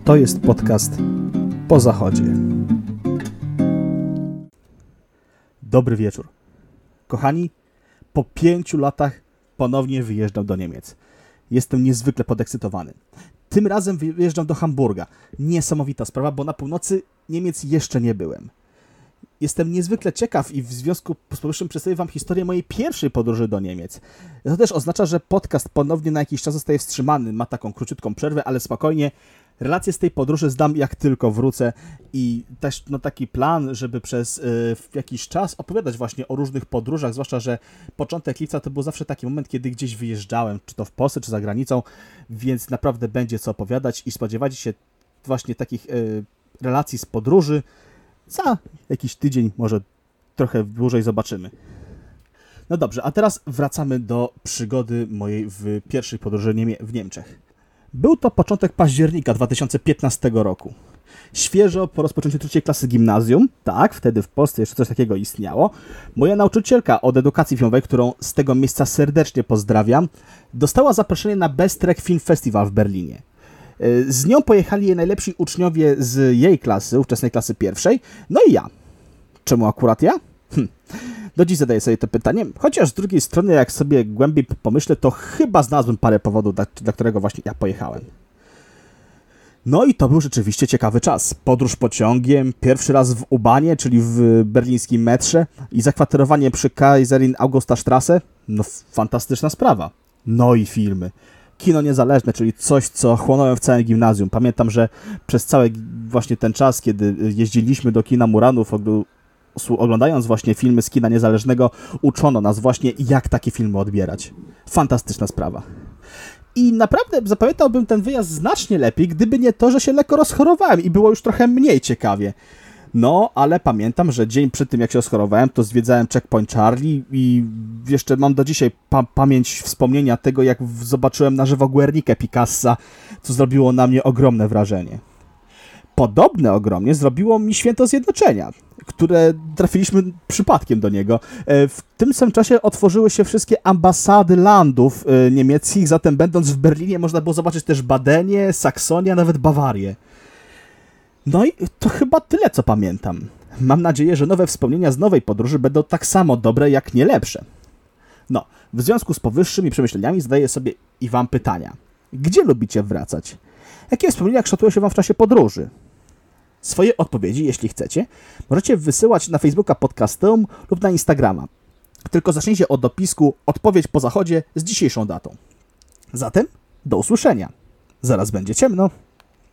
To jest podcast Po Zachodzie. Dobry wieczór. Kochani, po 5 latach ponownie wyjeżdżam do Niemiec. Jestem niezwykle podekscytowany. Tym razem wyjeżdżam do Hamburga. Niesamowita sprawa, bo na północy Niemiec jeszcze nie byłem. Jestem niezwykle ciekaw i w związku z powyższym przedstawię Wam historię mojej pierwszej podróży do Niemiec. To też oznacza, że podcast ponownie na jakiś czas zostaje wstrzymany. Ma taką króciutką przerwę, ale spokojnie. Relacje z tej podróży zdam jak tylko wrócę i też taki plan, żeby przez jakiś czas opowiadać właśnie o różnych podróżach, zwłaszcza, że początek lipca to był zawsze taki moment, kiedy gdzieś wyjeżdżałem, czy to w Polsce, czy za granicą, więc naprawdę będzie co opowiadać i spodziewajcie się właśnie takich relacji z podróży. Za jakiś tydzień, może trochę dłużej zobaczymy. No dobrze, a teraz wracamy do przygody mojej w pierwszej podróży w Niemczech. Był to początek października 2015 roku. Świeżo po rozpoczęciu 3. klasy gimnazjum, tak, wtedy w Polsce jeszcze coś takiego istniało, moja nauczycielka od edukacji filmowej, którą z tego miejsca serdecznie pozdrawiam, dostała zaproszenie na Best Track Film Festival w Berlinie. Z nią pojechali jej najlepsi uczniowie z jej klasy, ówczesnej klasy pierwszej, no i ja. Czemu akurat ja? Do dziś zadaję sobie to pytanie, chociaż z drugiej strony, jak sobie głębiej pomyślę, to chyba znalazłem parę powodów, dla którego właśnie ja pojechałem. No i to był rzeczywiście ciekawy czas. Podróż pociągiem, pierwszy raz w U-Bahnie, czyli w berlińskim metrze i zakwaterowanie przy Kaiserin Augusta Straße. No fantastyczna sprawa. No i filmy. Kino niezależne, czyli coś, co chłonąłem w całym gimnazjum. Pamiętam, że przez cały właśnie ten czas, kiedy jeździliśmy do kina Muranów, oglądając właśnie filmy z kina niezależnego, uczono nas właśnie, jak takie filmy odbierać. Fantastyczna sprawa. I naprawdę zapamiętałbym ten wyjazd znacznie lepiej, gdyby nie to, że się lekko rozchorowałem i było już trochę mniej ciekawie. No, ale pamiętam, że dzień przed tym, jak się rozchorowałem, to zwiedzałem Checkpoint Charlie i jeszcze mam do dzisiaj pamięć wspomnienia tego, jak zobaczyłem na żywo Guernikę Picassa, co zrobiło na mnie ogromne wrażenie. Podobne ogromnie zrobiło mi Święto Zjednoczenia, które trafiliśmy przypadkiem do niego. W tym samym czasie otworzyły się wszystkie ambasady landów niemieckich, zatem będąc w Berlinie można było zobaczyć też Badenię, Saksonię, a nawet Bawarię. No i to chyba tyle, co pamiętam. Mam nadzieję, że nowe wspomnienia z nowej podróży będą tak samo dobre, jak nie lepsze. No, w związku z powyższymi przemyśleniami zadaję sobie i Wam pytania. Gdzie lubicie wracać? Jakie wspomnienia kształtują się Wam w czasie podróży? Swoje odpowiedzi, jeśli chcecie, możecie wysyłać na Facebooka Podcasteum lub na Instagrama. Tylko zacznijcie od dopisku Odpowiedź po zachodzie z dzisiejszą datą. Zatem do usłyszenia. Zaraz będzie ciemno.